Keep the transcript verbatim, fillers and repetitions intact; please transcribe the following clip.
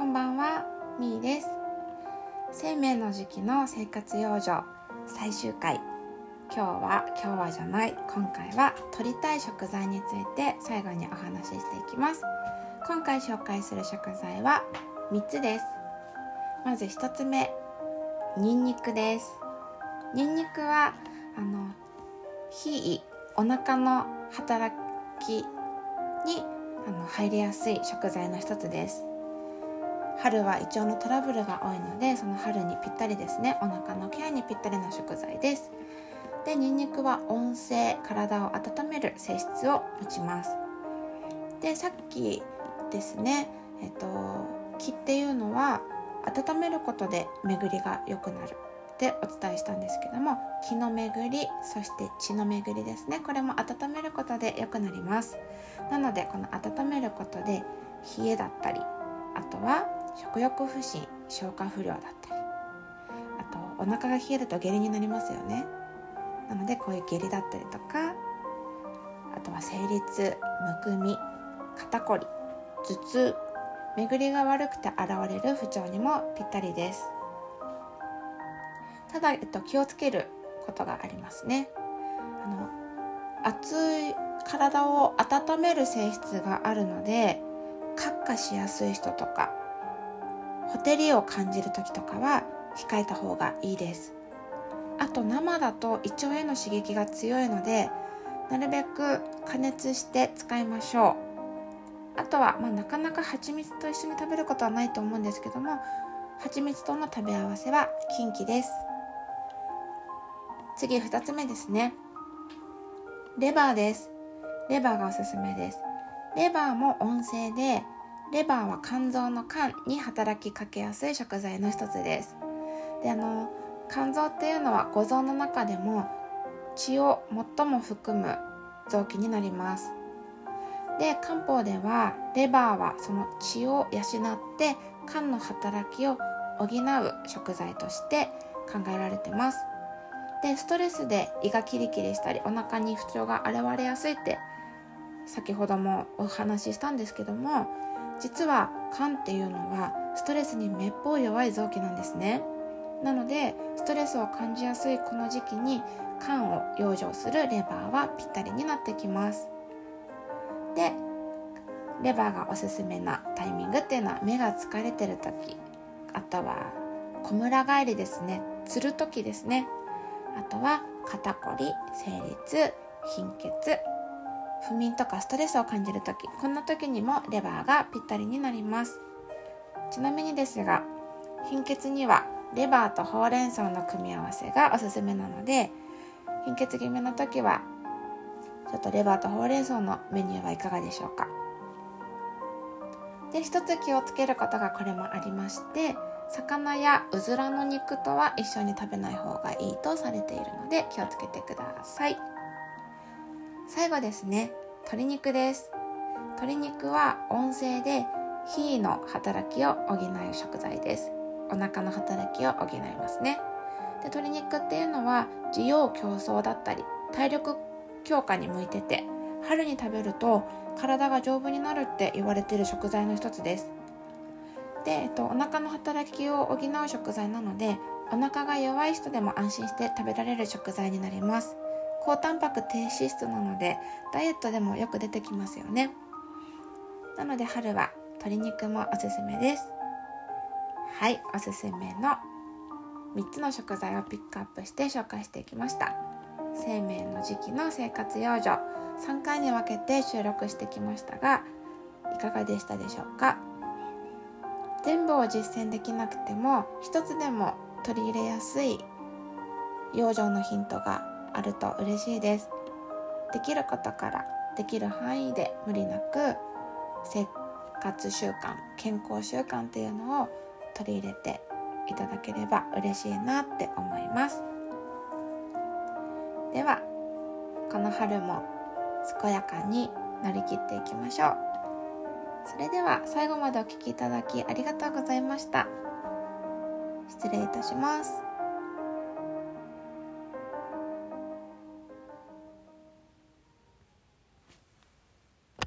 こんばんは、みーです。生命の時期の生活養生最終回。今日は今日はじゃない今回は取りたい食材について最後にお話ししていきます。今回紹介する食材はみっつです。まずひとつめ、ニンニクです。ニンニクはあの脾胃お腹の働きにあの入りやすい食材の一つです。春は胃腸のトラブルが多いので、その春にぴったりですね。お腹のケアにぴったりな食材です。で、ニンニクは温性、体を温める性質を持ちます。で、さっきですね、えっと気っていうのは温めることで巡りが良くなるってお伝えしたんですけども、気の巡り、そして血の巡りですね。これも温めることで良くなります。なのでこの温めることで冷えだったり、あとは食欲不振、消化不良だったり、あとお腹が冷えると下痢になりますよね。なのでこういう下痢だったりとか、あとは生理痛、むくみ、肩こり、頭痛、巡りが悪くて現れる不調にもぴったりです。ただ、えっと、気をつけることがありますね。あの熱い体を温める性質があるので、喀下しやすい人とかほてりを感じる時とかは控えた方がいいです。あと生だと胃腸への刺激が強いので、なるべく加熱して使いましょう。あとは、まあ、なかなか蜂蜜と一緒に食べることはないと思うんですけども、蜂蜜との食べ合わせは禁忌です。次ふたつめですね。レバーです。レバーがおすすめです。レバーも温性で、レバーは肝臓の肝に働きかけやすい食材の一つです。で、あの肝臓っていうのは五臓の中でも血を最も含む臓器になります。で、漢方ではレバーはその血を養って肝の働きを補う食材として考えられてます。で、ストレスで胃がキリキリしたり、お腹に不調が現れやすいって先ほどもお話ししたんですけども、実は肝っていうのはストレスにめっぽう弱い臓器なんですね。なのでストレスを感じやすいこの時期に肝を養生するレバーはぴったりになってきます。で、レバーがおすすめなタイミングっていうのは目が疲れてる時、あとはこむら返りですね、つる時ですね、あとは肩こり、生理痛、貧血、不眠とかストレスを感じるとき、こんな時にもレバーがぴったりになります。ちなみにですが、貧血にはレバーとほうれん草の組み合わせがおすすめなので、貧血気味の時はちょっとレバーとほうれん草のメニューはいかがでしょうか。で、一つ気をつけることがこれもありまして、魚やうずらの肉とは一緒に食べない方がいいとされているので気をつけてください。最後ですね、鶏肉です。鶏肉は温性で脾の働きを補う食材です。お腹の働きを補いますね。で、鶏肉っていうのは滋養強壮だったり体力強化に向いてて、春に食べると体が丈夫になるって言われている食材の一つです。で、えっと、お腹の働きを補う食材なので、お腹が弱い人でも安心して食べられる食材になります。高タンパク低脂質なのでダイエットでもよく出てきますよね。なので春は鶏肉もおすすめです。はい、おすすめのみっつの食材をピックアップして紹介していきました。生命の時期の生活養生、さんかいに分けて収録してきましたが、いかがでしたでしょうか。全部を実践できなくても一つでも取り入れやすい養生のヒントがあると嬉しいです。できることからできる範囲で無理なく生活習慣、健康習慣っていうのを取り入れていただければ嬉しいなって思います。ではこの春も健やかに乗り切っていきましょう。それでは最後までお聞きいただきありがとうございました。失礼いたします。